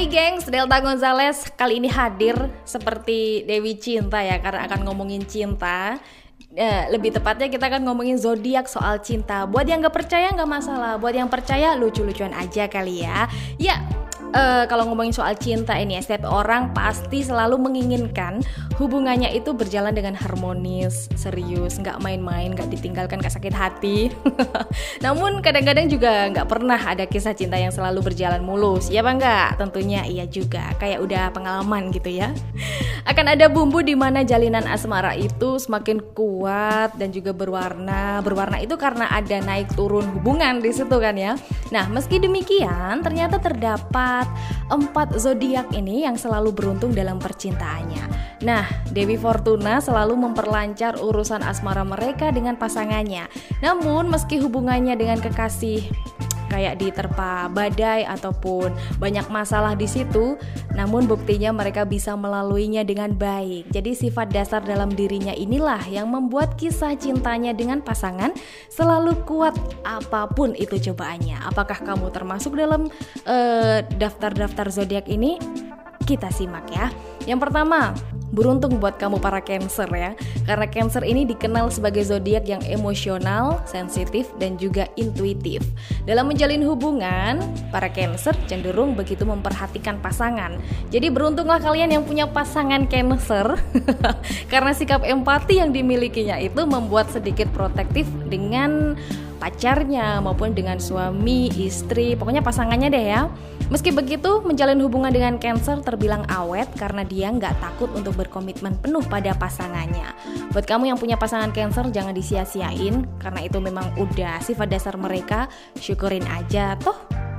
Hai gengs, Delta Gonzales kali ini hadir seperti Dewi Cinta ya, karena akan ngomongin cinta. Lebih tepatnya kita akan ngomongin zodiak soal cinta. Buat yang gak percaya gak masalah, buat yang percaya lucu-lucuan aja kali ya. Kalau ngomongin soal cinta ini, setiap orang pasti selalu menginginkan hubungannya itu berjalan dengan harmonis, serius, gak main-main, gak ditinggalkan, gak sakit hati. Namun kadang-kadang juga gak pernah ada kisah cinta yang selalu berjalan mulus. Ya bang gak? Tentunya iya juga, kayak udah pengalaman gitu ya. Akan ada bumbu di mana jalinan asmara itu semakin kuat dan juga berwarna. Berwarna itu karena ada naik turun hubungan di situ kan ya. Nah, meski demikian ternyata terdapat 4 zodiak ini yang selalu beruntung dalam percintaannya. Nah, Dewi Fortuna selalu memperlancar urusan asmara mereka dengan pasangannya. Namun meski hubungannya dengan kekasih kayak diterpa badai ataupun banyak masalah di situ, namun buktinya mereka bisa melaluinya dengan baik. Jadi sifat dasar dalam dirinya inilah yang membuat kisah cintanya dengan pasangan selalu kuat apapun itu cobaannya. Apakah kamu termasuk dalam daftar-daftar zodiak ini? Kita simak ya. Yang pertama, beruntung buat kamu para Cancer ya, karena Cancer ini dikenal sebagai zodiak yang emosional, sensitif, dan juga intuitif. Dalam menjalin hubungan, para Cancer cenderung begitu memperhatikan pasangan. Jadi beruntunglah kalian yang punya pasangan Cancer karena sikap empati yang dimilikinya itu membuat sedikit protektif dengan pacarnya maupun dengan suami, istri, pokoknya pasangannya deh ya. Meski begitu, menjalin hubungan dengan Cancer terbilang awet karena dia nggak takut untuk berkomitmen penuh pada pasangannya. Buat kamu yang punya pasangan Cancer, jangan disia-siain karena itu memang udah sifat dasar mereka. Syukurin aja, toh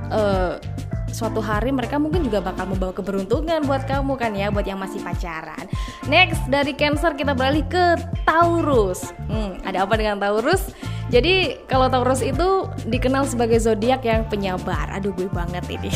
suatu hari mereka mungkin juga bakal membawa keberuntungan buat kamu kan ya, buat yang masih pacaran. Next, dari Cancer kita beralih ke Taurus. Ada apa dengan Taurus? Jadi kalau Taurus itu dikenal sebagai zodiak yang penyabar. Aduh, gue banget ini.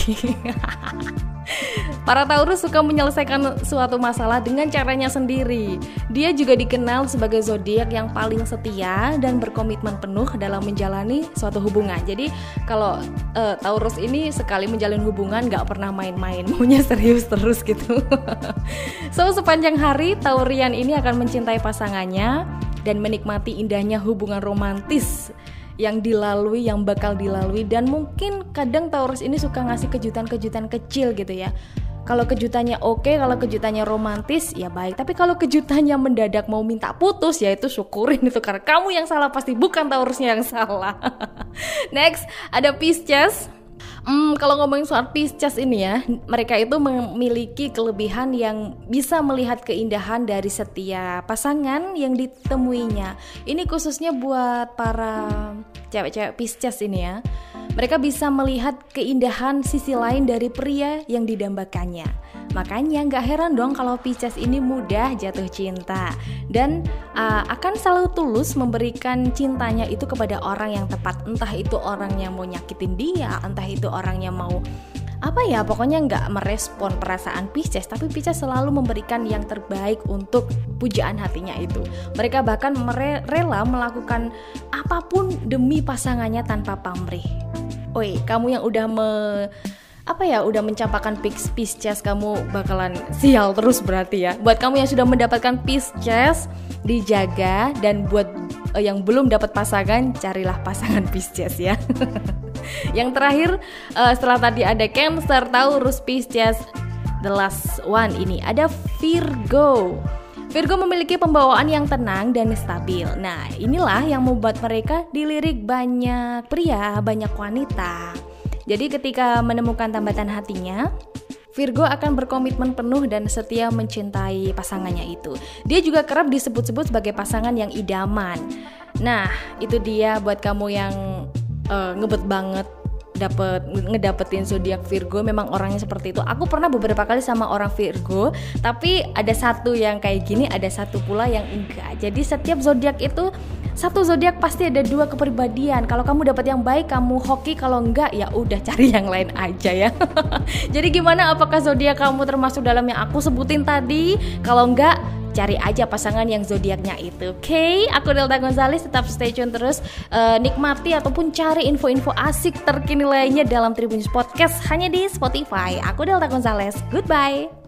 Para Taurus suka menyelesaikan suatu masalah dengan caranya sendiri. Dia juga dikenal sebagai zodiak yang paling setia dan berkomitmen penuh dalam menjalani suatu hubungan. Jadi kalau Taurus ini sekali menjalin hubungan gak pernah main-main, maunya serius terus gitu. So sepanjang hari Taurian ini akan mencintai pasangannya dan menikmati indahnya hubungan romantis yang dilalui, yang bakal dilalui. Dan mungkin kadang Taurus ini suka ngasih kejutan-kejutan kecil gitu ya. Kalau kejutannya oke, kalau kejutannya romantis ya baik. Tapi kalau kejutannya mendadak mau minta putus, ya itu syukurin itu, karena kamu yang salah pasti, bukan Taurusnya yang salah. Next, ada Pisces. Kalau ngomongin soal Pisces ini ya, mereka itu memiliki kelebihan yang bisa melihat keindahan dari setiap pasangan yang ditemuinya. Ini khususnya buat para cewek-cewek Pisces ini ya. Mereka bisa melihat keindahan sisi lain dari pria yang didambakannya. Makanya gak heran dong kalau Pisces ini mudah jatuh cinta dan akan selalu tulus memberikan cintanya itu kepada orang yang tepat. Entah itu orang yang mau nyakitin dia, entah itu orang yang mau pokoknya gak merespon perasaan Pisces. Tapi Pisces selalu memberikan yang terbaik untuk pujaan hatinya itu. Mereka bahkan rela melakukan apapun demi pasangannya tanpa pamrih. Oi, kamu yang udah udah mencapai Pisces, kamu bakalan sial terus berarti ya. Buat kamu yang sudah mendapatkan Pisces, dijaga. Dan buat yang belum dapat pasangan, carilah pasangan Pisces ya. Yang terakhir, setelah tadi ada Cancer, Taurus, Pisces, the last one ini ada Virgo. Virgo memiliki pembawaan yang tenang dan stabil. Nah, inilah yang membuat mereka dilirik banyak pria, banyak wanita. Jadi ketika menemukan tambatan hatinya, Virgo akan berkomitmen penuh dan setia mencintai pasangannya itu. Dia juga kerap disebut-sebut sebagai pasangan yang idaman. Nah, itu dia buat kamu yang ngebet banget ngedapetin zodiak Virgo. Memang orangnya seperti itu. Aku pernah beberapa kali sama orang Virgo, tapi ada satu yang kayak gini, ada satu pula yang enggak. Jadi setiap zodiak itu satu zodiak pasti ada dua kepribadian. Kalau kamu dapat yang baik, kamu hoki. Kalau enggak, ya udah cari yang lain aja ya. Jadi gimana? Apakah zodiak kamu termasuk dalam yang aku sebutin tadi? Kalau enggak, cari aja pasangan yang zodiaknya itu. Oke, aku Delta Gonzales. Tetap stay tune terus, nikmati ataupun cari info-info asik terkini lainnya dalam Tribun News Podcast hanya di Spotify. Aku Delta Gonzales. Goodbye.